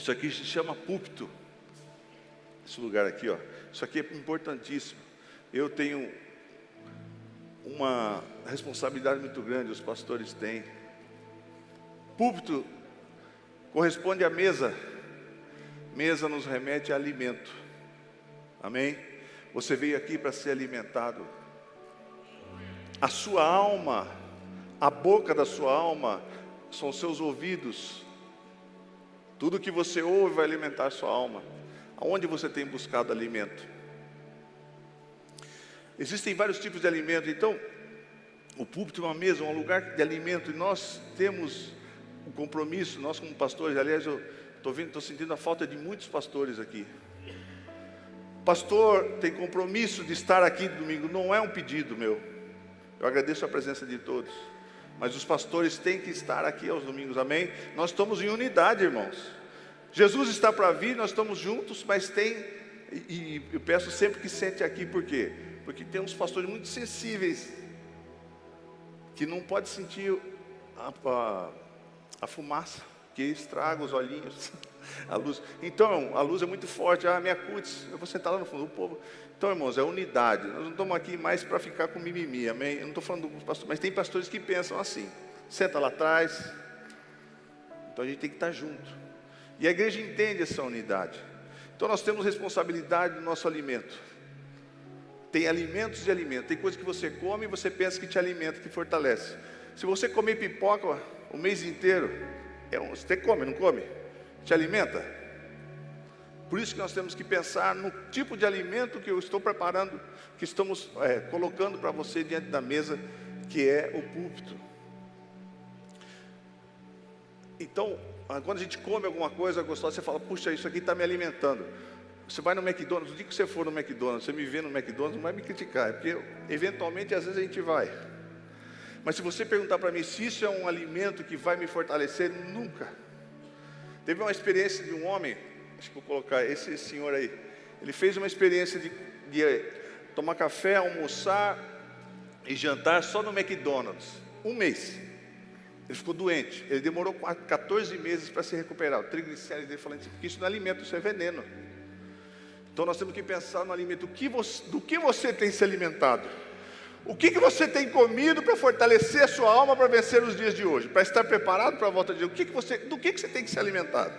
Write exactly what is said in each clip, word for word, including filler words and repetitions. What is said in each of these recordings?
Isso aqui se chama púlpito. Esse lugar aqui, ó. Isso aqui é importantíssimo. Eu tenho uma responsabilidade muito grande, os pastores têm. Púlpito corresponde à mesa. Mesa nos remete a alimento. Amém? Você veio aqui para ser alimentado. A sua alma, a boca da sua alma, são os seus ouvidos. Tudo que você ouve vai alimentar a sua alma. Aonde você tem buscado alimento? Existem vários tipos de alimento. Então, o púlpito é uma mesa, um lugar de alimento. E nós temos um compromisso, nós como pastores. Aliás, eu estou vendo, estou sentindo a falta de muitos pastores aqui. Pastor tem compromisso de estar aqui domingo. Não é um pedido meu. Eu agradeço a presença de todos. Mas os pastores têm que estar aqui aos domingos, amém? Nós estamos em unidade, irmãos. Jesus está para vir, nós estamos juntos, mas tem, e, e eu peço sempre que sente aqui, por quê? Porque tem uns pastores muito sensíveis, que não pode sentir a, a, a fumaça, que estraga os olhinhos, a luz. Então, a luz é muito forte, ah, minha cutis, eu vou sentar lá no fundo do povo. Então, irmãos, é unidade. Nós não estamos aqui mais para ficar com mimimi, amém? Eu não estou falando dos pastores, mas tem pastores que pensam assim. Senta lá atrás. Então a gente tem que estar junto. E a igreja entende essa unidade. Então nós temos responsabilidade do nosso alimento. Tem alimentos e alimentos. Tem coisa que você come e você pensa que te alimenta, que fortalece. Se você comer pipoca o mês inteiro, é um, você come, não come? Te alimenta? Por isso que nós temos que pensar no tipo de alimento que eu estou preparando, que estamos é, colocando para você diante da mesa, que é o púlpito. Então, quando a gente come alguma coisa gostosa, você fala, puxa, isso aqui está me alimentando. Você vai no McDonald's, o dia que você for no McDonald's, você me vê no McDonald's, não vai me criticar, é porque eventualmente às vezes a gente vai. Mas se você perguntar para mim se isso é um alimento que vai me fortalecer, nunca. Teve uma experiência de um homem, acho que vou colocar esse senhor aí, ele fez uma experiência de, de tomar café, almoçar e jantar só no McDonald's, um mês. Ele ficou doente, ele demorou quatorze meses para se recuperar. O triglicérides dele falando, porque isso não é alimento, isso é veneno. Então nós temos que pensar no alimento, do que você, do que você tem se alimentado? O que, que você tem comido para fortalecer a sua alma para vencer os dias de hoje? Para estar preparado para a volta de Deus? O que que você, do que, que você tem que se alimentado?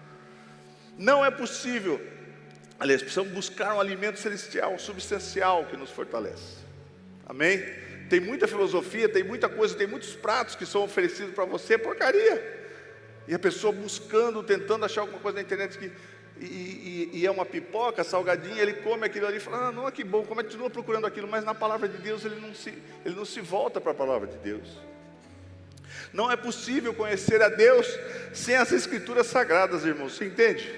Não é possível, aliás, precisamos buscar um alimento celestial, substancial, que nos fortalece. Amém? Tem muita filosofia, tem muita coisa, tem muitos pratos que são oferecidos para você, porcaria. E a pessoa buscando, tentando achar alguma coisa na internet que, e, e, e é uma pipoca, salgadinha, ele come aquilo ali e fala, ah, não, que bom, continua procurando aquilo, mas na palavra de Deus ele não se, ele não se volta para a palavra de Deus. Não é possível conhecer a Deus sem as escrituras sagradas, irmãos, você entende?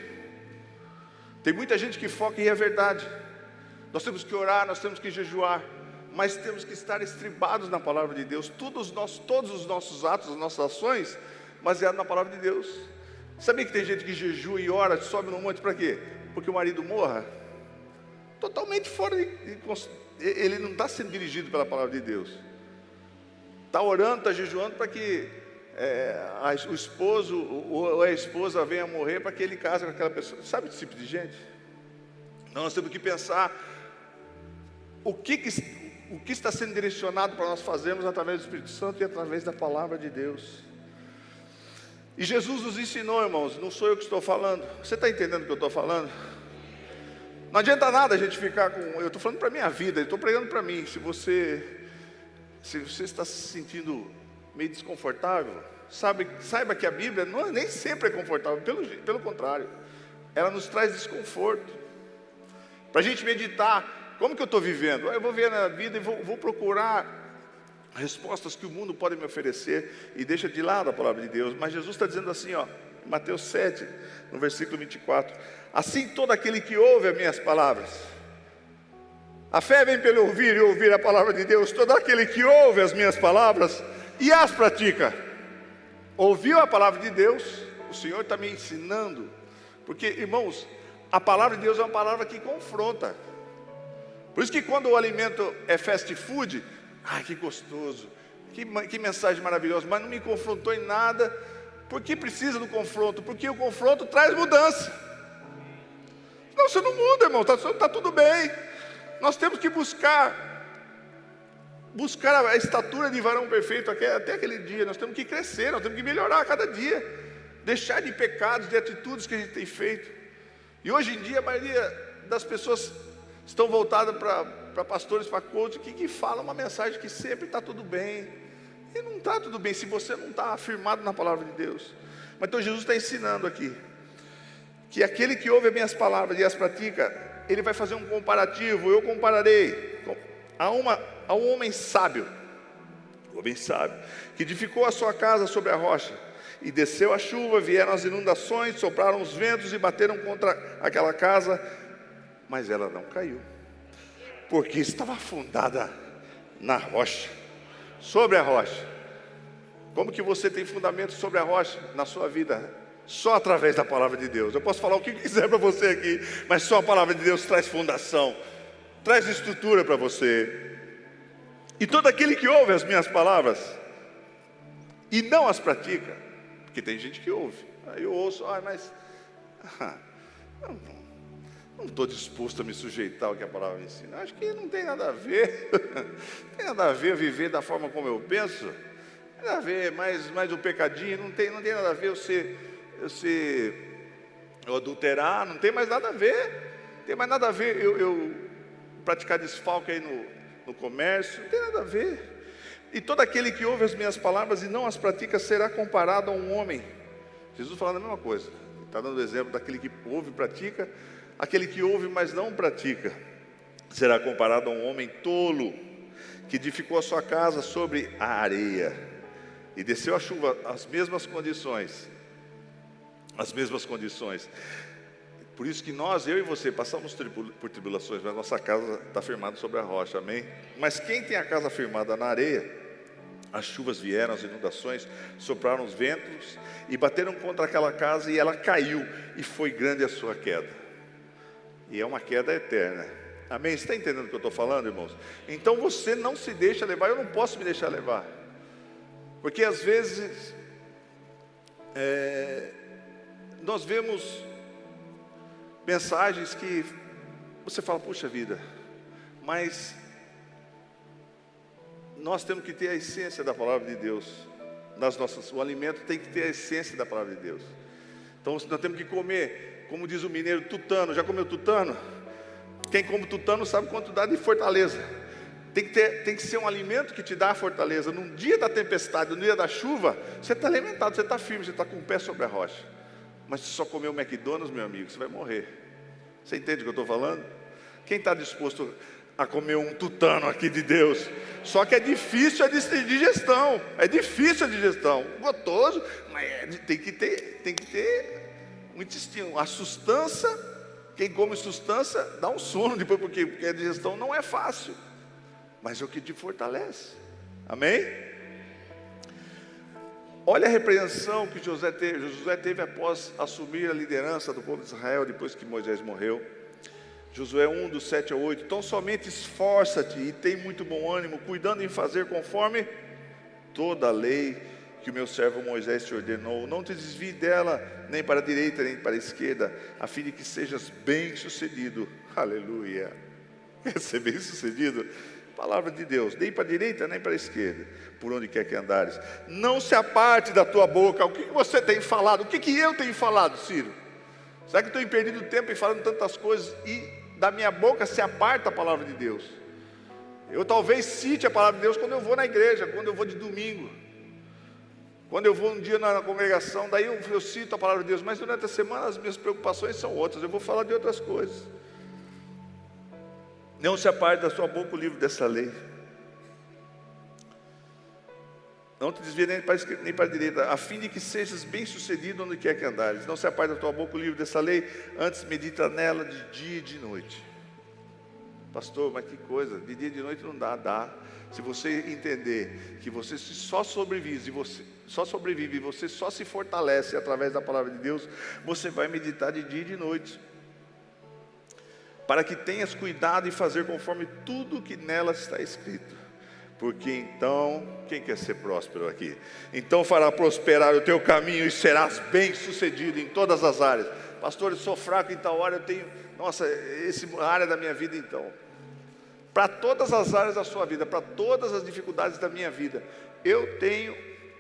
Tem muita gente que foca em a verdade. Nós temos que orar, nós temos que jejuar, mas temos que estar estribados na palavra de Deus. Todos os nossos, todos os nossos atos, as nossas ações, baseados na palavra de Deus. Sabia que tem gente que jejua e ora, sobe no monte para quê? Porque o marido morra? Totalmente fora de, de ele não está sendo dirigido pela palavra de Deus. Está orando, está jejuando para que é, a, o esposo ou a esposa venha a morrer, para que ele case com aquela pessoa. Sabe esse tipo de gente? Então nós temos que pensar o que, que, o que está sendo direcionado para nós fazermos através do Espírito Santo e através da palavra de Deus. E Jesus nos ensinou, irmãos, não sou eu que estou falando. Você está entendendo o que eu estou falando? Não adianta nada a gente ficar com... Eu estou falando para a minha vida, eu estou pregando para mim. Se você, se você está se sentindo meio desconfortável, sabe, saiba que a Bíblia não, nem sempre é confortável, pelo, pelo contrário. Ela nos traz desconforto. Para a gente meditar, como que eu estou vivendo? Eu vou ver na vida e vou, vou procurar respostas que o mundo pode me oferecer, e deixa de lado a palavra de Deus. Mas Jesus está dizendo assim, ó, em Mateus sete, no versículo vinte e quatro, assim todo aquele que ouve as minhas palavras, a fé vem pelo ouvir e ouvir a palavra de Deus, todo aquele que ouve as minhas palavras e as pratica. Ouviu a palavra de Deus, o Senhor está me ensinando, porque, irmãos, a palavra de Deus é uma palavra que confronta. Por isso que quando o alimento é fast food, ai, que gostoso, que, que mensagem maravilhosa, mas não me confrontou em nada, Por que precisa do confronto? Porque o confronto traz mudança. Não, você não muda, irmão, está tá tudo bem. Nós temos que buscar Buscar a estatura de varão perfeito até, até aquele dia. Nós temos que crescer, nós temos que melhorar a cada dia. Deixar de pecados, de atitudes que a gente tem feito. E hoje em dia a maioria das pessoas estão voltadas para pastores, para coaches, que, que falam uma mensagem que sempre está tudo bem. E não está tudo bem se você não está afirmado na palavra de Deus. Mas então Jesus está ensinando aqui que aquele que ouve as minhas palavras e as pratica, ele vai fazer um comparativo. Eu compararei a, uma, a um homem sábio, homem sábio, que edificou a sua casa sobre a rocha, e desceu a chuva, vieram as inundações, sopraram os ventos e bateram contra aquela casa, mas ela não caiu, porque estava fundada na rocha, sobre a rocha. Como que você tem fundamento sobre a rocha na sua vida? Só através da palavra de Deus. Eu posso falar o que quiser para você aqui, mas só a palavra de Deus traz fundação, traz estrutura para você. E todo aquele que ouve as minhas palavras e não as pratica, porque tem gente que ouve, aí eu ouço, ah, mas ah, não estou disposto a me sujeitar ao que a palavra me ensina. Acho que não tem nada a ver, não tem nada a ver viver da forma como eu penso, não tem nada a ver, mais, mais um pecadinho, não tem, não tem nada a ver eu ser, eu ser, eu adulterar, não tem mais nada a ver, não tem mais nada a ver eu, eu praticar desfalque aí no no comércio, não tem nada a ver. E todo aquele que ouve as minhas palavras e não as pratica será comparado a um homem. Jesus falando a mesma coisa, está dando o exemplo daquele que ouve e pratica. Aquele que ouve mas não pratica será comparado a um homem tolo, que edificou a sua casa sobre a areia, e desceu a chuva, as mesmas condições, as mesmas condições. Por isso que nós, eu e você, passamos por tribulações, mas nossa casa está firmada sobre a rocha, amém? Mas quem tem a casa firmada na areia, as chuvas vieram, as inundações, sopraram os ventos e bateram contra aquela casa, e ela caiu, e foi grande a sua queda. E é uma queda eterna, amém? Você está entendendo o que eu estou falando, irmãos? Então você não se deixa levar, eu não posso me deixar levar, porque às vezes é, nós vemos mensagens que você fala, puxa vida, mas nós temos que ter a essência da palavra de Deus nas nossas, o alimento tem que ter a essência da palavra de Deus. Então nós temos que comer, como diz o mineiro, tutano. Já comeu tutano? Quem come tutano sabe quanto dá de fortaleza. Tem que, ter, tem que ser um alimento que te dá a fortaleza. Num dia da tempestade, no dia da chuva, você está alimentado, você está firme, você está com o pé sobre a rocha. Mas se só comer o McDonald's, meu amigo, você vai morrer. Você entende o que eu estou falando? Quem está disposto a comer um tutano aqui de Deus? Só que é difícil a digestão. É difícil a digestão. Gostoso, mas é, tem que ter, tem que ter um intestino. A sustância, quem come sustância dá um sono depois, porque, porque a digestão não é fácil. Mas é o que te fortalece. Amém? Olha a repreensão que Josué teve, Josué teve após assumir a liderança do povo de Israel, depois que Moisés morreu. Josué um, do sete ao oito. Então somente esforça-te e tem muito bom ânimo, cuidando em fazer conforme toda a lei que o meu servo Moisés te ordenou. Não te desvie dela, nem para a direita, nem para a esquerda, a fim de que sejas bem sucedido. Aleluia. Quer ser bem sucedido? Palavra de Deus, nem para a direita, nem para a esquerda, por onde quer que andares. Não se aparte da tua boca. O que você tem falado? O que, que eu tenho falado, Ciro? Será que eu tenho perdido tempo em falando tantas coisas e da minha boca se aparta a palavra de Deus? Eu talvez cite a palavra de Deus quando eu vou na igreja, quando eu vou de domingo, quando eu vou um dia na congregação, daí eu, eu cito a palavra de Deus, mas durante a semana as minhas preocupações são outras, eu vou falar de outras coisas. Não se aparte da sua boca o livro dessa lei. Não te desvie nem para a esquerda, nem para a direita, a fim de que sejas bem sucedido onde quer que andares. Não se aparte da tua boca o livro dessa lei, antes medita nela de dia e de noite. Pastor, mas que coisa, de dia e de noite não dá, dá. Se você entender que você só sobrevive, você só sobrevive, você só se fortalece através da palavra de Deus, você vai meditar de dia e de noite, para que tenhas cuidado em fazer conforme tudo que nela está escrito, Porque então, quem quer ser próspero aqui? Então fará prosperar o teu caminho e serás bem sucedido em todas as áreas. Pastor, eu sou fraco em tal área, eu tenho, nossa, essa área da minha vida então. Para todas as áreas da sua vida, para todas as dificuldades da minha vida, eu tenho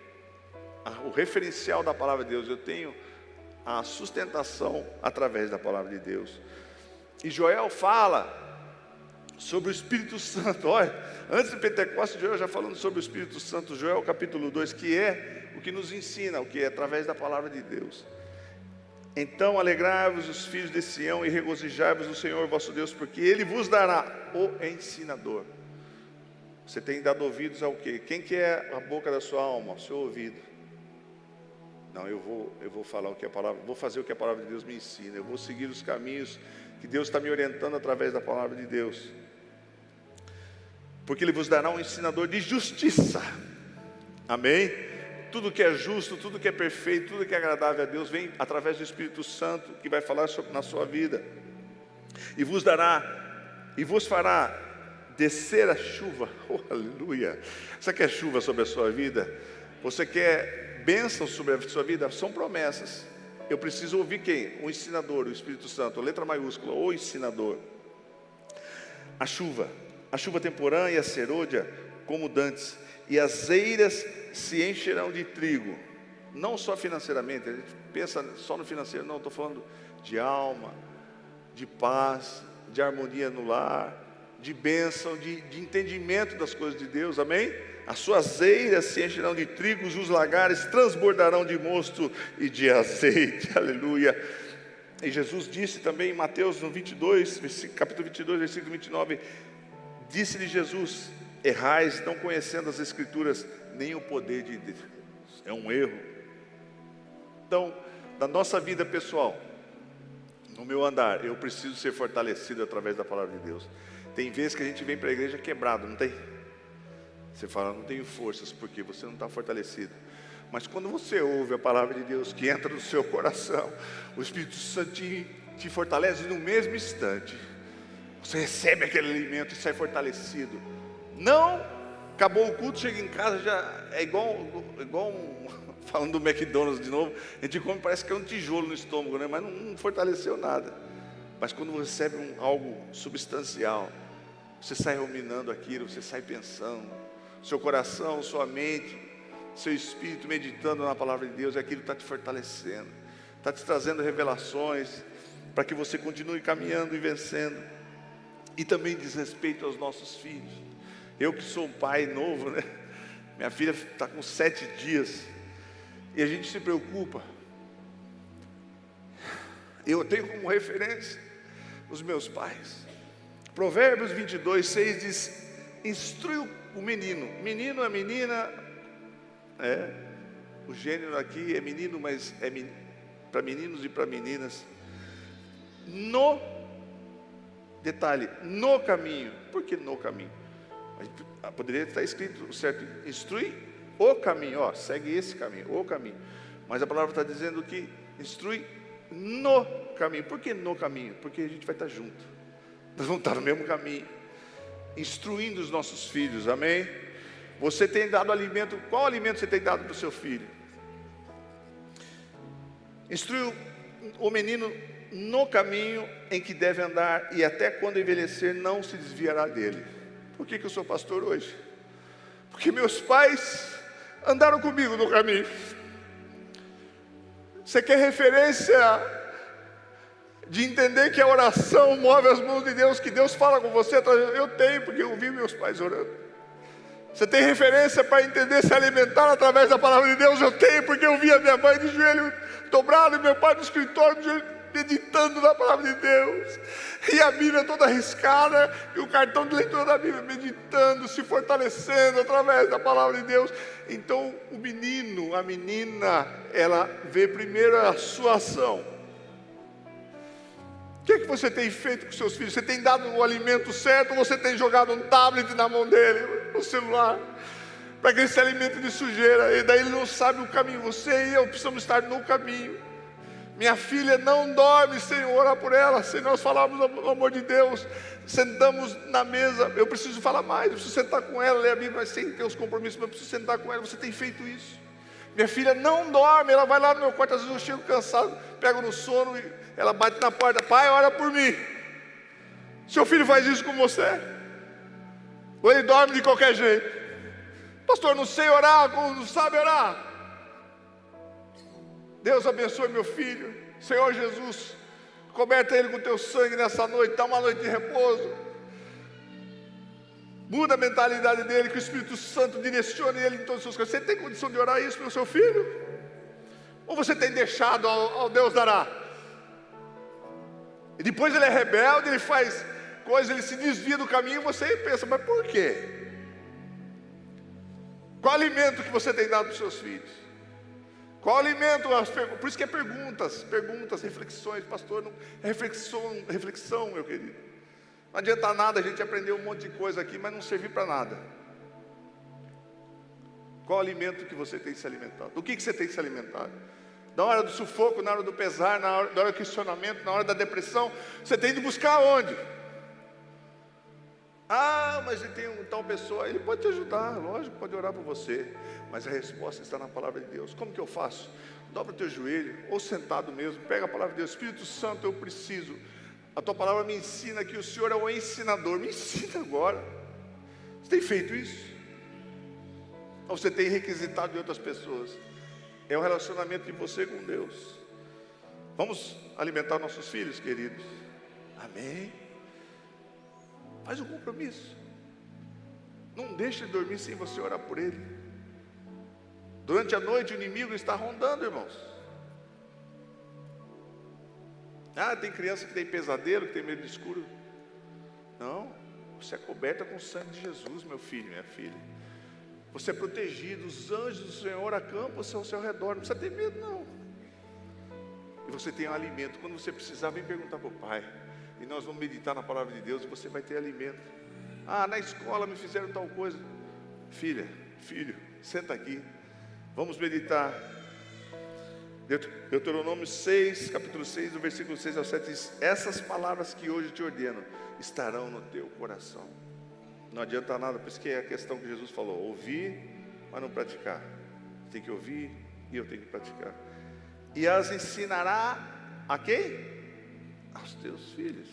o referencial da palavra de Deus, eu tenho a sustentação através da palavra de Deus. E Joel fala sobre o Espírito Santo. Olha, antes de Pentecostes, Joel já falando sobre o Espírito Santo, Joel capítulo dois, que é o que nos ensina, o que é através da palavra de Deus. Então alegrai-vos os filhos de Sião e regozijai-vos no Senhor vosso Deus, porque Ele vos dará o ensinador. Você tem dado ouvidos ao quê? Quem que é a boca da sua alma? O seu ouvido. Não, eu vou, eu vou falar o que a palavra, vou fazer o que a palavra de Deus me ensina. Eu vou seguir os caminhos que Deus está me orientando através da palavra de Deus. Porque Ele vos dará um ensinador de justiça. Amém? Tudo que é justo, tudo que é perfeito, tudo que é agradável a Deus vem através do Espírito Santo, que vai falar sobre, na sua vida. E vos dará, e vos fará descer a chuva. Oh, aleluia! Você quer chuva sobre a sua vida? Você quer bênção sobre a sua vida? São promessas. Eu preciso ouvir quem? O ensinador, o Espírito Santo, letra maiúscula, o ensinador. A chuva, a chuva temporã e a serôdia como dantes, e as eiras se encherão de trigo. Não só financeiramente, a gente pensa só no financeiro, não, estou falando de alma, de paz, de harmonia no lar, de bênção, de, de entendimento das coisas de Deus, amém? As suas eiras se encherão de trigos, os lagares transbordarão de mosto e de azeite, aleluia. E Jesus disse também em Mateus no vinte e dois, capítulo vinte e dois, versículo vinte e nove, disse-lhe Jesus: errais não conhecendo as Escrituras, nem o poder de Deus. É um erro. Então, na nossa vida pessoal, no meu andar, eu preciso ser fortalecido através da palavra de Deus. Tem vezes que a gente vem para a igreja quebrado, não tem? Você fala, não tenho forças, porque você não está fortalecido. Mas quando você ouve a palavra de Deus que entra no seu coração, o Espírito Santo te, te fortalece no mesmo instante. Você recebe aquele alimento e sai fortalecido. Não, acabou o culto, chega em casa, já é igual, igual um, falando do McDonald's de novo, a gente come, parece que é um tijolo no estômago, né? Mas não, não fortaleceu nada. Mas quando você recebe um, algo substancial, você sai ruminando aquilo, você sai pensando, seu coração, sua mente, seu espírito meditando na palavra de Deus, e aquilo está te fortalecendo, está te trazendo revelações, para que você continue caminhando e vencendo. E também diz respeito aos nossos filhos. Eu que sou um pai novo, né? Minha filha está com sete dias, e a gente se preocupa. Eu tenho como referência os meus pais. Provérbios vinte e dois, seis diz: instrui o menino. Menino é menina, é, o gênero aqui é menino, mas é men, para meninos e para meninas. No, detalhe, no caminho. Por que no caminho? A gente, poderia estar escrito certo, instrui o caminho, ó, segue esse caminho, o caminho. Mas a palavra está dizendo que instrui no caminho. Por que no caminho? Porque a gente vai estar junto. Nós vamos estar no mesmo caminho, instruindo os nossos filhos, amém? Você tem dado alimento, qual alimento você tem dado para o seu filho? Instrui o menino no caminho em que deve andar, e até quando envelhecer não se desviará dele. Por que que eu sou pastor hoje? Porque meus pais andaram comigo no caminho. Você quer referência de entender que a oração move as mãos de Deus, que Deus fala com você? Eu tenho, porque eu vi meus pais orando. Você tem referência para entender, se alimentar através da palavra de Deus? Eu tenho, porque eu vi a minha mãe de joelho dobrado e meu pai no escritório de joelho, meditando na palavra de Deus, e a Bíblia toda arriscada, e o cartão de leitura da Bíblia, meditando, se fortalecendo através da palavra de Deus. Então o menino, a menina, ela vê primeiro a sua ação. O que é que você tem feito com seus filhos? Você tem dado o alimento certo, ou você tem jogado um tablet na mão dele, no celular, para que ele se alimente de sujeira, e daí ele não sabe o caminho? Você e eu precisamos estar no caminho. Minha filha não dorme sem eu orar por ela, sem nós falarmos o amor de Deus. Sentamos na mesa, eu preciso falar mais, eu preciso sentar com ela, ler a Bíblia, mas sem ter os compromissos, mas eu preciso sentar com ela. Você tem feito isso? Minha filha não dorme, ela vai lá no meu quarto, às vezes eu chego cansado, pego no sono e ela bate na porta: pai, ora por mim. Seu filho faz isso com você? Ou ele dorme de qualquer jeito? Pastor, não sei orar, não sabe orar. Deus abençoe meu filho. Senhor Jesus, coberta ele com teu sangue nessa noite, dá uma noite de repouso. Muda a mentalidade dele, que o Espírito Santo direcione ele em todas as suas coisas. Você tem condição de orar isso pelo seu filho? Ou você tem deixado ao, ao Deus dará? E depois ele é rebelde, ele faz coisas, ele se desvia do caminho, e você pensa: mas por quê? Qual alimento que você tem dado para os seus filhos? Qual alimento? Por isso que é perguntas, perguntas, reflexões. Pastor, não, é reflexão, reflexão, meu querido. Não adianta nada a gente aprender um monte de coisa aqui, mas não servir para nada. Qual alimento que você tem se alimentado? Do que, que você tem se alimentado? Na hora do sufoco, na hora do pesar, na hora, na hora do questionamento, na hora da depressão, você tem de buscar onde? Ah, mas ele tem um tal pessoa, ele pode te ajudar, lógico, pode orar por você, mas a resposta está na palavra de Deus. Como que eu faço? Dobra o teu joelho, ou sentado mesmo, pega a palavra de Deus. Espírito Santo, eu preciso, a tua palavra me ensina que o Senhor é o ensinador, me ensina agora. Você tem feito isso? Ou você tem requisitado de outras pessoas? É o relacionamento de você com Deus. Vamos alimentar nossos filhos, queridos. Amém? Faz um compromisso. Não deixe de dormir sem você orar por ele. Durante a noite o inimigo está rondando, irmãos. Ah, tem criança que tem pesadelo, que tem medo de escuro. Não, você é coberta com o sangue de Jesus, meu filho, minha filha. Você é protegido, os anjos do Senhor acampam-se ao seu redor. Não precisa ter medo, não. E você tem um alimento. Quando você precisar, vem perguntar para o pai. E nós vamos meditar na palavra de Deus e você vai ter alimento. Ah, na escola me fizeram tal coisa. Filha, filho, senta aqui. Vamos meditar. Deuteronômio seis, capítulo seis, do versículo seis ao sete diz: essas palavras que hoje te ordeno estarão no teu coração. Não adianta nada, por isso que é a questão que Jesus falou: ouvir, mas não praticar. Tem que ouvir e eu tenho que praticar. E as ensinará a quem? Aos teus filhos.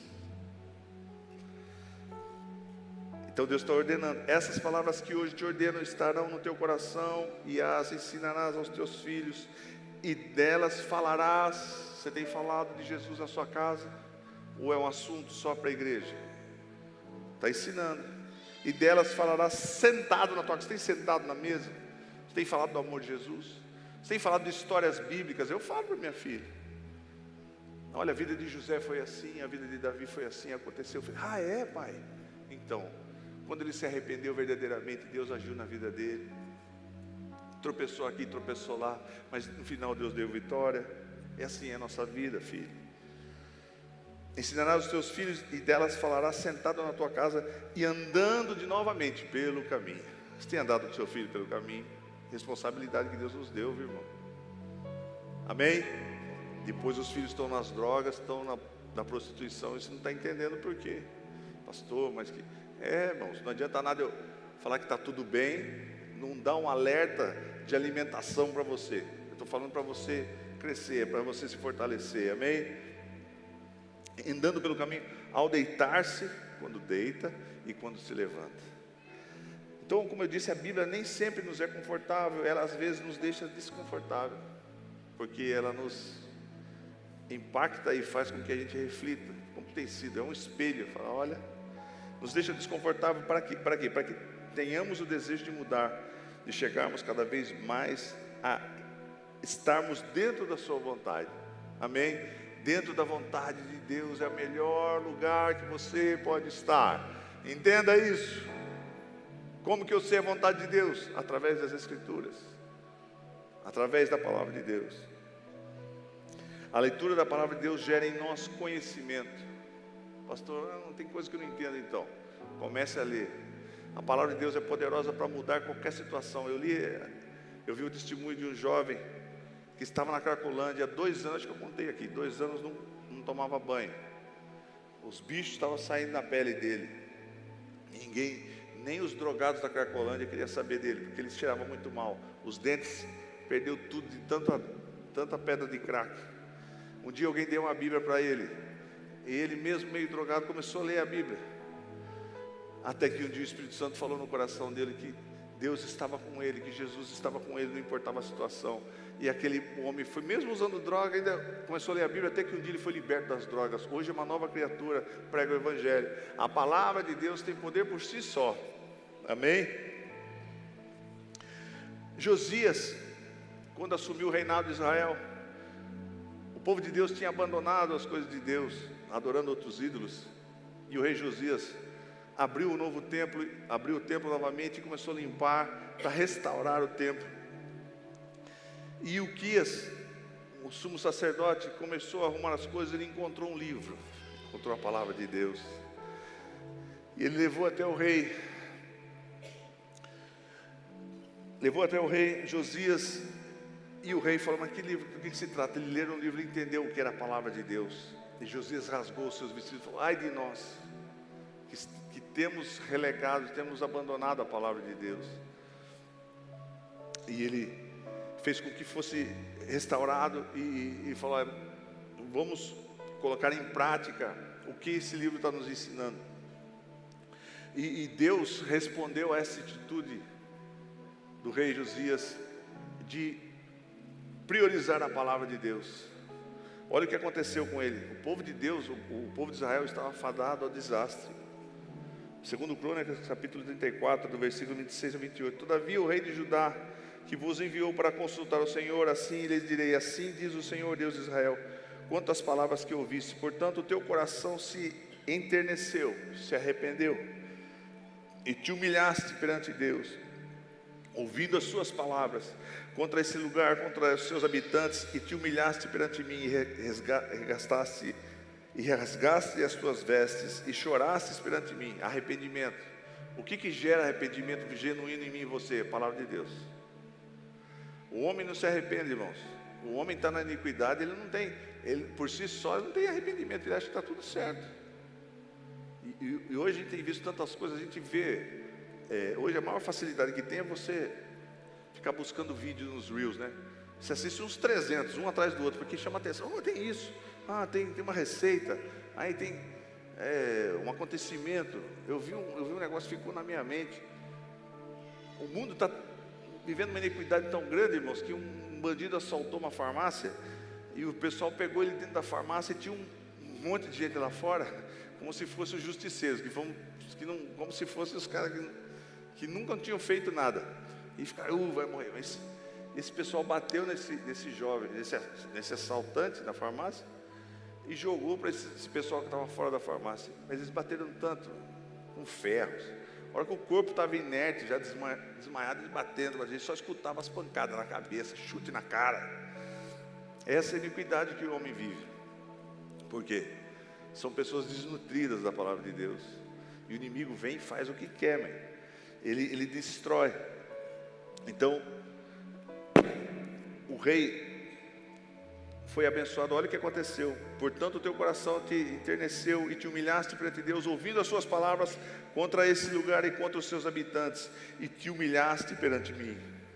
Então Deus está ordenando: essas palavras que hoje te ordeno estarão no teu coração, e as ensinarás aos teus filhos, e delas falarás. Você tem falado de Jesus na sua casa? Ou é um assunto só para a igreja? Está ensinando. E delas falarás sentado na tua casa. Você tem sentado na mesa? Você tem falado do amor de Jesus? Você tem falado de histórias bíblicas? Eu falo para minha filha. Olha, a vida de José foi assim, a vida de Davi foi assim, aconteceu. Eu falei: ah, é, pai? Então, quando ele se arrependeu verdadeiramente, Deus agiu na vida dele. Tropeçou aqui, tropeçou lá, mas no final Deus deu vitória. É assim é a nossa vida, filho. Ensinarás os teus filhos, e delas falarás sentado na tua casa e andando de novamente pelo caminho. Você tem andado com seu filho pelo caminho? Responsabilidade que Deus nos deu, viu, irmão? Amém? Depois os filhos estão nas drogas, estão na, na prostituição, e você não está entendendo por quê. Pastor, mas que... É, irmãos, não adianta nada eu falar que está tudo bem, não dá um alerta de alimentação para você. Eu estou falando para você crescer, para você se fortalecer, amém? Andando pelo caminho, ao deitar-se, quando deita e quando se levanta. Então, como eu disse, a Bíblia nem sempre nos é confortável, ela às vezes nos deixa desconfortável, porque ela nos impacta e faz com que a gente reflita, como tem sido, é um espelho. Fala, olha, nos deixa desconfortável para quê? Para quê? Para que tenhamos o desejo de mudar, de chegarmos cada vez mais a estarmos dentro da sua vontade, amém? Dentro da vontade de Deus é o melhor lugar que você pode estar, entenda isso. Como que eu sei a vontade de Deus? Através das Escrituras, através da palavra de Deus. A leitura da palavra de Deus gera em nós conhecimento. Pastor, não tem coisa que eu não entendo. Então, comece a ler. A palavra de Deus é poderosa para mudar qualquer situação. Eu li, eu vi o testemunho de um jovem que estava na Cracolândia há dois anos, acho que eu contei aqui, dois anos não, não tomava banho. Os bichos estavam saindo na pele dele. Ninguém, nem os drogados da Cracolândia queriam saber dele, porque ele cheirava muito mal. Os dentes, perdeu tudo de tanta, tanta pedra de crack. Um dia alguém deu uma Bíblia para ele, e ele mesmo meio drogado começou a ler a Bíblia. Até que um dia o Espírito Santo falou no coração dele que Deus estava com ele, que Jesus estava com ele, não importava a situação. E aquele homem foi, mesmo usando droga, ainda começou a ler a Bíblia, até que um dia ele foi liberto das drogas. Hoje é uma nova criatura, prega o Evangelho. A palavra de Deus tem poder por si só. Amém? Josias, quando assumiu o reinado de Israel, o povo de Deus tinha abandonado as coisas de Deus, adorando outros ídolos. E o rei Josias abriu o novo templo, abriu o templo novamente e começou a limpar para restaurar o templo. E Ilquias, o sumo sacerdote, começou a arrumar as coisas. Ele encontrou um livro, encontrou a palavra de Deus, e ele levou até o rei, levou até o rei Josias, e o rei falou: mas que livro, do que, que se trata? Ele leu um livro e entendeu o que era a palavra de Deus. E Josias rasgou os seus vestidos e falou: ai de nós, que, que temos relegado, temos abandonado a palavra de Deus. E ele fez com que fosse restaurado e, e falou: vamos colocar em prática o que esse livro está nos ensinando. E, e Deus respondeu a essa atitude do rei Josias de priorizar a palavra de Deus. Olha o que aconteceu com ele. O povo de Deus, o, o povo de Israel estava fadado ao desastre. Segundo Crônicas, capítulo trinta e quatro, do versículo vinte e seis a vinte e oito. Todavia o rei de Judá, que vos enviou para consultar o Senhor, assim lhes direi: assim diz o Senhor Deus de Israel, quanto às palavras que ouviste. Portanto o teu coração se enterneceu, se arrependeu, e te humilhaste perante Deus, ouvindo as suas palavras, contra esse lugar, contra os seus habitantes, e te humilhaste perante mim, e rasgaste, e rasgaste as tuas vestes, e chorastes perante mim. Arrependimento. O que que gera arrependimento genuíno em mim e você? A palavra de Deus. O homem não se arrepende, irmãos. O homem está na iniquidade, ele não tem, ele por si só ele não tem arrependimento, ele acha que está tudo certo. E, e, e hoje a gente tem visto tantas coisas, a gente vê, é, hoje a maior facilidade que tem é você ficar buscando vídeos nos Reels, né? Você assiste uns trezentos, um atrás do outro, porque chama atenção. Oh, tem isso, ah, tem, tem uma receita, aí tem é, um acontecimento. Eu vi um, eu vi um negócio que ficou na minha mente. O mundo está vivendo uma iniquidade tão grande, irmãos, que um bandido assaltou uma farmácia e o pessoal pegou ele dentro da farmácia e tinha um monte de gente lá fora, como se fossem os justiceiros, que vão, que não, como se fossem os caras que, que nunca tinham feito nada. E ficaram, uh, vai morrer. Mas esse pessoal bateu nesse, nesse jovem, nesse, nesse assaltante da farmácia e jogou para esse, esse pessoal que estava fora da farmácia. Mas eles bateram tanto, com ferros. A hora que o corpo estava inerte, já desma, desmaiado, eles batendo, a gente só escutava as pancadas na cabeça, chute na cara. Essa é a iniquidade que o homem vive. Por quê? São pessoas desnutridas da palavra de Deus. E o inimigo vem e faz o que quer, man. Ele, ele destrói. Então, o rei foi abençoado. Olha o que aconteceu. Portanto o teu coração te enterneceu e te humilhaste perante Deus, ouvindo as suas palavras contra esse lugar e contra os seus habitantes, e te humilhaste perante mim.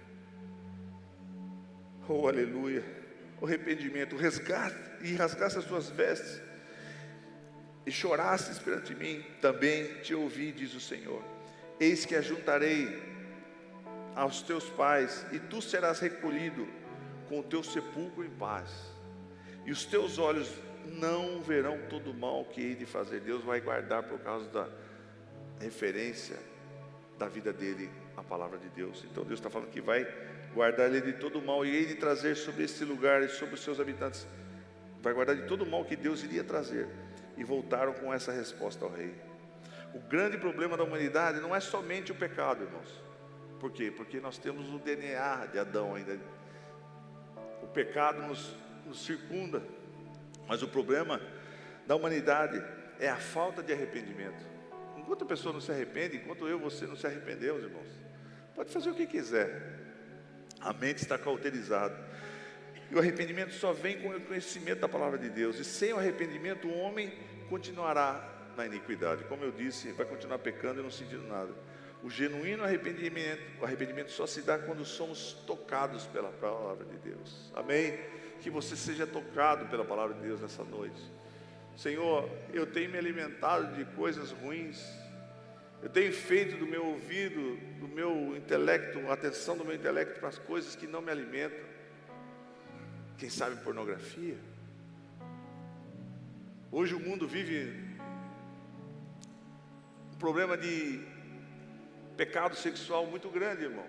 Oh, aleluia. O arrependimento, o resgate, e rasgaste as tuas vestes e chorastes perante mim. Também te ouvi, diz o Senhor. Eis que ajuntarei aos teus pais, e tu serás recolhido com o teu sepulcro em paz, e os teus olhos não verão todo o mal que hei de fazer. Deus vai guardar, por causa da referência da vida dele, a palavra de Deus. Então Deus está falando que vai guardar ele de todo o mal, e hei de trazer sobre esse lugar e sobre os seus habitantes, vai guardar de todo o mal que Deus iria trazer. E voltaram com essa resposta ao rei. O grande problema da humanidade não é somente o pecado, irmãos. Por quê? Porque nós temos o D N A de Adão ainda. O pecado nos, nos circunda. Mas o problema da humanidade é a falta de arrependimento. Enquanto a pessoa não se arrepende, enquanto eu e você não se arrependemos, irmãos, pode fazer o que quiser. A mente está cauterizada. E o arrependimento só vem com o conhecimento da palavra de Deus. E sem o arrependimento o homem continuará na iniquidade. Como eu disse, vai continuar pecando e não sentindo nada. O genuíno arrependimento, o arrependimento só se dá quando somos tocados pela palavra de Deus. Amém? Que você seja tocado pela palavra de Deus nessa noite. Senhor, eu tenho me alimentado de coisas ruins. Eu tenho feito do meu ouvido, do meu intelecto, a atenção do meu intelecto para as coisas que não me alimentam. Quem sabe pornografia? Hoje o mundo vive um problema de pecado sexual muito grande, irmãos.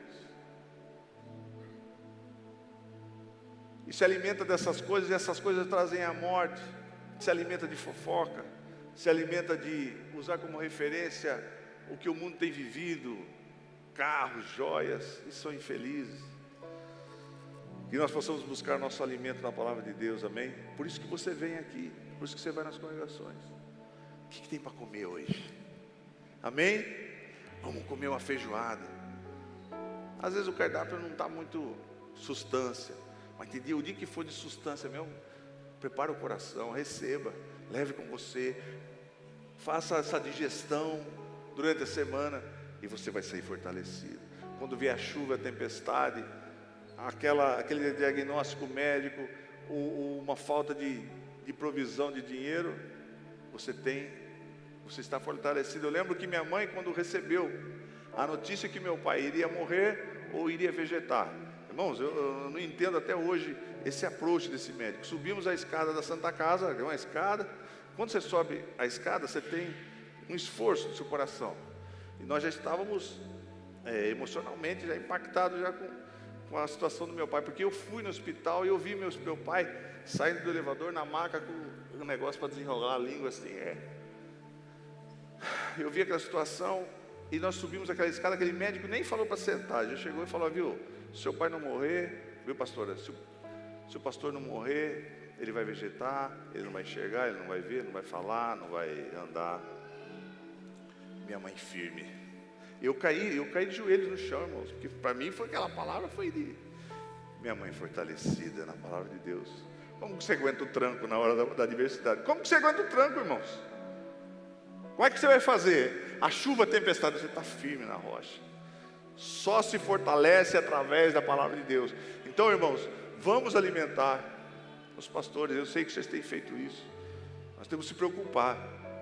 E se alimenta dessas coisas, e essas coisas trazem a morte. Se alimenta de fofoca, se alimenta de usar como referência o que o mundo tem vivido, carros, joias, e são infelizes. Que nós possamos buscar nosso alimento na palavra de Deus, amém? Por isso que você vem aqui, por isso que você vai nas congregações. O que, que tem para comer hoje? Amém? Vamos comer uma feijoada. Às vezes o cardápio não está muito substância, mas tem dia, o dia que for de substância mesmo, prepara o coração, receba, leve com você, faça essa digestão durante a semana e você vai sair fortalecido. Quando vier a chuva, a tempestade, aquela, aquele diagnóstico médico, ou, ou uma falta de, de provisão de dinheiro, você tem, você está fortalecido. Eu lembro que minha mãe, quando recebeu a notícia que meu pai iria morrer ou iria vegetar, irmãos, eu, eu não entendo até hoje esse approach desse médico. Subimos a escada da Santa Casa, é uma escada. Quando você sobe a escada, você tem um esforço no seu coração. E nós já estávamos é, emocionalmente já impactados já com, com a situação do meu pai, porque eu fui no hospital e eu vi meus, meu pai saindo do elevador na maca com um negócio para desenrolar a língua assim. É. Eu vi aquela situação e nós subimos aquela escada. Aquele médico nem falou para sentar, já chegou e falou: viu, se seu pai não morrer, viu, pastora, se o, se o pastor não morrer, ele vai vegetar, ele não vai enxergar, ele não vai ver, não vai falar, não vai andar. Minha mãe firme. Eu caí, eu caí de joelhos no chão, irmãos, porque para mim foi aquela palavra, foi de minha mãe fortalecida na palavra de Deus. Como que você aguenta o tranco na hora da, da adversidade? Como que você aguenta o tranco, irmãos? Como é que você vai fazer? A chuva, a tempestade, você está firme na rocha. Só se fortalece através da palavra de Deus. Então, irmãos, vamos alimentar os pastores. Eu sei que vocês têm feito isso. Nós temos que se preocupar.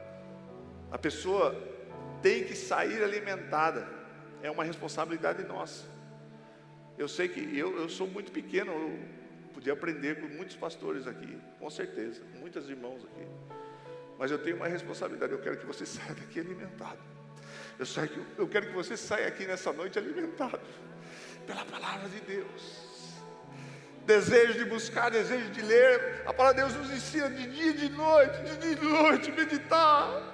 A pessoa tem que sair alimentada. É uma responsabilidade nossa. Eu sei que eu, eu sou muito pequeno. Eu podia aprender com muitos pastores aqui, com certeza, muitos irmãos aqui. Mas eu tenho uma responsabilidade. Eu quero que você saia daqui alimentado. Eu, saio, eu quero que você saia aqui nessa noite alimentado pela palavra de Deus. Desejo de buscar, desejo de ler. A palavra de Deus nos ensina de dia e de noite, de dia e de noite, meditar.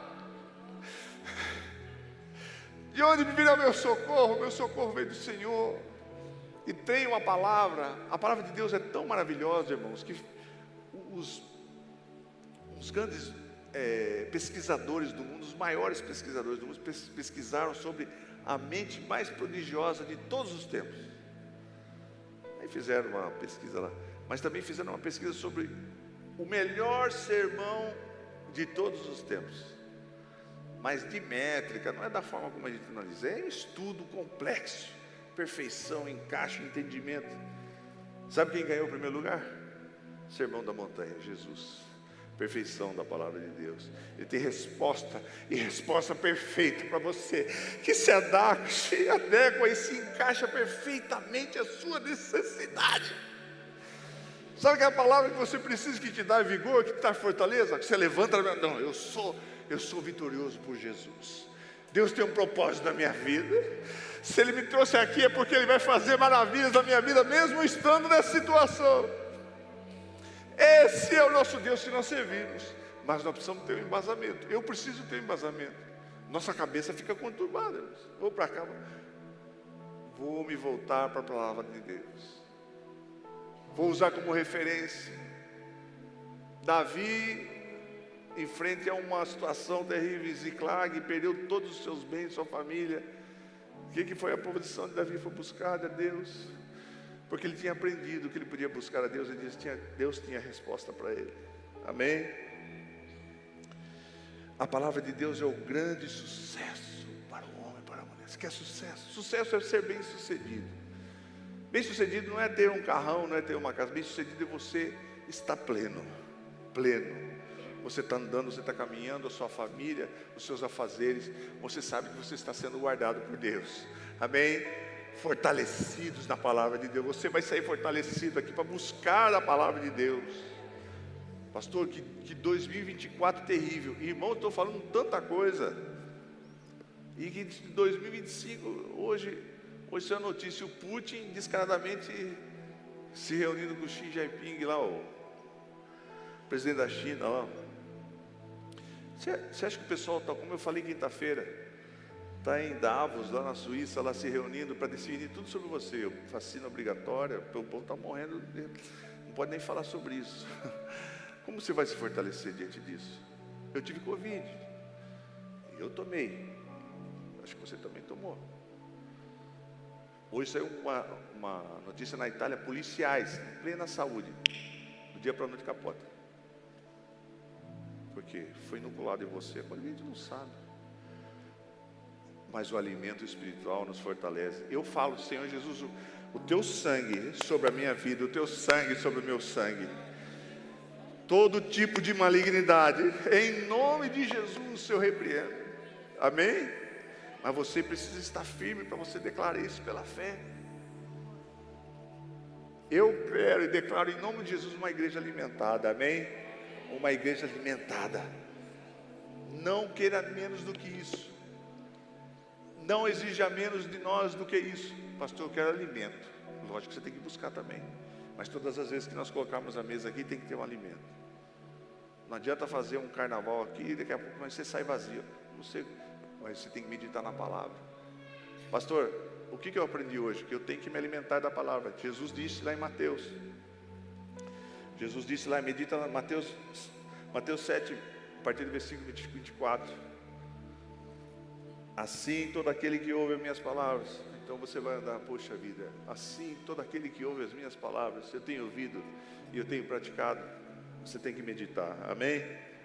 De onde virá meu socorro? Meu socorro vem do Senhor. E tem uma palavra. A palavra de Deus é tão maravilhosa, irmãos, que os, os grandes é, pesquisadores do mundo, os maiores pesquisadores do mundo, pesquisaram sobre a mente mais prodigiosa de todos os tempos. Aí fizeram uma pesquisa lá, mas também fizeram uma pesquisa sobre o melhor sermão de todos os tempos. Mas de métrica, não é da forma como a gente analisa, é um estudo complexo, perfeição, encaixe, entendimento. Sabe quem ganhou o primeiro lugar? Sermão da Montanha, Jesus. Perfeição da palavra de Deus. Ele tem resposta, e resposta perfeita para você, que se adequa, se adequa e se encaixa perfeitamente à sua necessidade. Sabe que é a palavra que você precisa, que te dá vigor, que te dá fortaleza, que você levanta, não, eu sou, eu sou vitorioso por Jesus. Deus tem um propósito na minha vida. Se Ele me trouxe aqui é porque Ele vai fazer maravilhas na minha vida, mesmo estando nessa situação. Esse é o nosso Deus que nós servimos. Mas nós precisamos ter um embasamento. Eu preciso ter um embasamento. Nossa cabeça fica conturbada. Vou para cá, vou me voltar para a palavra de Deus. Vou usar como referência Davi, em frente a uma situação terrível. Ziclag perdeu todos os seus bens, sua família. O que, que foi a posição de Davi? Foi buscar a Deus. porque ele tinha aprendido que ele podia buscar a Deus, e Deus tinha, Deus tinha resposta para ele. Amém? A palavra de Deus é o grande sucesso para o homem, para a mulher. Você quer sucesso? Sucesso é ser bem sucedido. Bem sucedido não é ter um carrão, não é ter uma casa. Bem sucedido é você estar pleno, pleno. Você está andando, você está caminhando, a sua família, os seus afazeres, você sabe que você está sendo guardado por Deus. Amém? Fortalecidos na palavra de Deus. Você vai sair fortalecido aqui para buscar a palavra de Deus. Pastor, que, que dois mil e vinte e quatro terrível. Irmão, eu estou falando tanta coisa. E que dois mil e vinte e cinco, hoje, hoje saiu a notícia, o Putin descaradamente se reunindo com o Xi Jinping lá, o presidente da China lá. Você, você acha que o pessoal está, como eu falei quinta-feira, está em Davos, lá na Suíça, lá se reunindo para decidir tudo sobre você, vacina obrigatória, o povo está morrendo, não pode nem falar sobre isso. Como você vai se fortalecer diante disso? Eu tive Covid, eu tomei, acho que você também tomou. Hoje saiu uma, uma notícia na Itália, policiais, em plena saúde, do dia para a noite capota. Porque foi inoculado em você, mas a gente não sabe. Mas o alimento espiritual nos fortalece. Eu falo, Senhor Jesus, o, o teu sangue sobre a minha vida, o teu sangue sobre o meu sangue, todo tipo de malignidade, em nome de Jesus eu repreendo. Amém? Mas você precisa estar firme para você declarar isso pela fé. Eu quero e declaro em nome de Jesus uma igreja alimentada. Amém? Uma igreja alimentada. Não queira menos do que isso. Não exija menos de nós do que isso. Pastor, eu quero alimento. Lógico que você tem que buscar também. Mas todas as vezes que nós colocarmos a mesa aqui, tem que ter um alimento. Não adianta fazer um carnaval aqui, daqui a pouco você sai vazio. Você, mas você tem que meditar na palavra. Pastor, o que, que eu aprendi hoje? Que eu tenho que me alimentar da palavra. Jesus disse lá em Mateus. Jesus disse lá, medita em Mateus, Mateus sete, a partir do versículo vinte e quatro. Assim todo aquele que ouve as minhas palavras. Então você vai andar, poxa vida, assim todo aquele que ouve as minhas palavras, eu tenho ouvido e eu tenho praticado, você tem que meditar. Amém?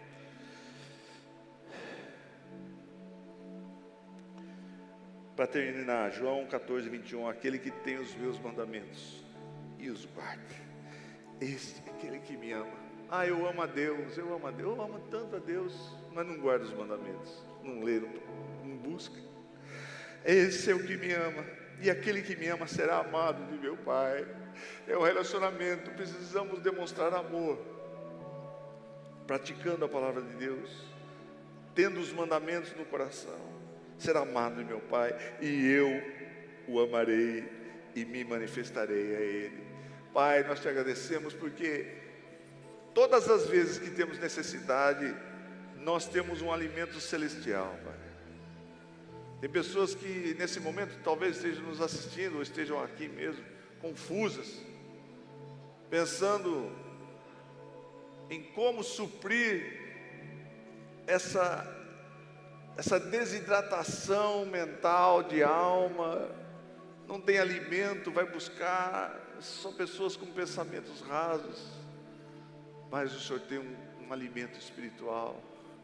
Para terminar, João catorze, vinte e um, aquele que tem os meus mandamentos e os guarda, esse é aquele que me ama. Ah, eu amo a Deus, eu amo a Deus, eu amo tanto a Deus, mas não guarda os mandamentos, não lê, não, não busca. Esse é o que me ama, e aquele que me ama será amado de meu Pai. É um relacionamento, precisamos demonstrar amor, praticando a palavra de Deus, tendo os mandamentos no coração. Será amado de meu Pai, e eu o amarei e me manifestarei a Ele. Pai, nós te agradecemos porque todas as vezes que temos necessidade, nós temos um alimento celestial, Pai. Tem pessoas que nesse momento talvez estejam nos assistindo, ou estejam aqui mesmo, confusas, pensando em como suprir essa, essa desidratação mental, de alma, não tem alimento, vai buscar, são pessoas com pensamentos rasos, mas o Senhor tem um, um alimento espiritual,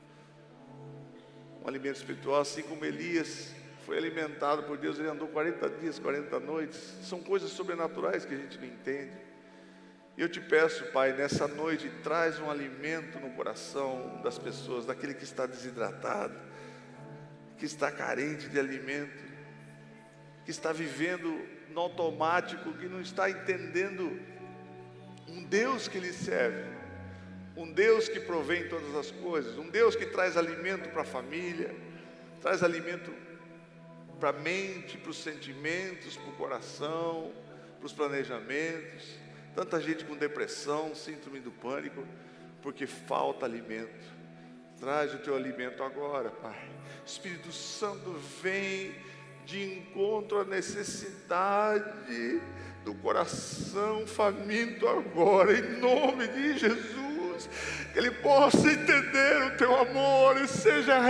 um alimento espiritual, assim como Elias foi alimentado por Deus, ele andou quarenta dias, quarenta noites, são coisas sobrenaturais que a gente não entende. E eu te peço, Pai, nessa noite, traz um alimento no coração das pessoas, daquele que está desidratado, que está carente de alimento, que está vivendo no automático, que não está entendendo um Deus que lhe serve, um Deus que provém todas as coisas, um Deus que traz alimento para a família, traz alimento para a mente, para os sentimentos, para o coração, para os planejamentos. Tanta gente com depressão, síndrome do pânico, porque falta alimento. Traz o teu alimento agora, Pai. Espírito Santo, vem de encontro à necessidade do coração faminto agora, em nome de Jesus, que ele possa entender o teu amor e seja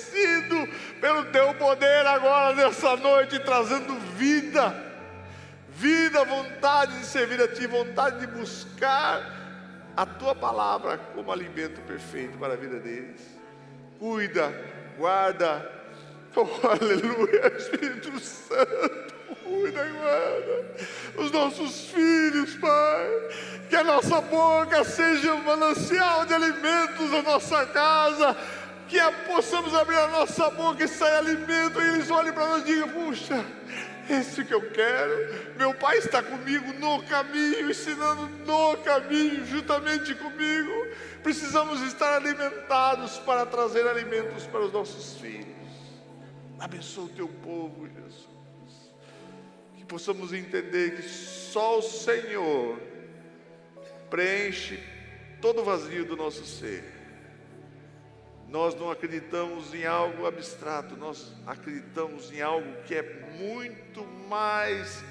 reabastecido pelo teu poder agora nessa noite, trazendo vida, vida, vontade de servir a Ti, vontade de buscar a Tua palavra como alimento perfeito para a vida deles. Cuida, guarda, oh aleluia, Espírito Santo, cuida e guarda os nossos filhos, Pai, que a nossa boca seja um manancial de alimentos na nossa casa, que a, possamos abrir a nossa boca e sair alimento, e eles olhem para nós e digam: puxa, esse que eu quero, meu Pai está comigo no caminho, ensinando no caminho, juntamente comigo. Precisamos estar alimentados para trazer alimentos para os nossos filhos. Abençoa o Teu povo, Jesus, que possamos entender que só o Senhor preenche todo o vazio do nosso ser. Nós não acreditamos em algo abstrato, nós acreditamos em algo que é muito mais,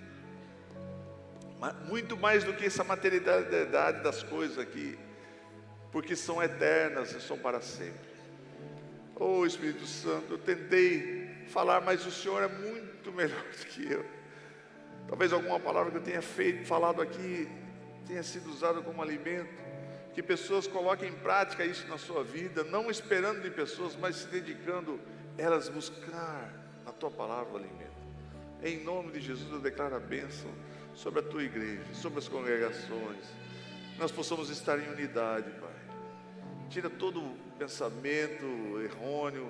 muito mais do que essa materialidade das coisas aqui, porque são eternas e são para sempre. Oh Espírito Santo, eu tentei falar, mas o Senhor é muito melhor do que eu. Talvez alguma palavra que eu tenha feito, falado aqui, tenha sido usada como alimento. Que pessoas coloquem em prática isso na sua vida, não esperando de pessoas, mas se dedicando elas buscar na Tua palavra o alimento. Em nome de Jesus eu declaro a bênção sobre a Tua igreja, sobre as congregações. Nós possamos estar em unidade, Pai. Tira todo o pensamento errôneo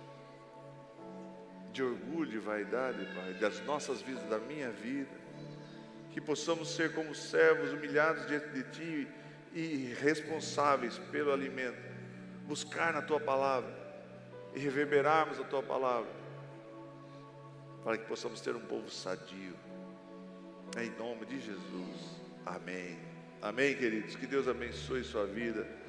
de orgulho, de vaidade, Pai, das nossas vidas, da minha vida. Que possamos ser como servos humilhados diante de Ti e responsáveis pelo alimento, buscar na Tua palavra e reverberarmos a Tua palavra, para que possamos ter um povo sadio, em nome de Jesus, amém, amém queridos, que Deus abençoe sua vida.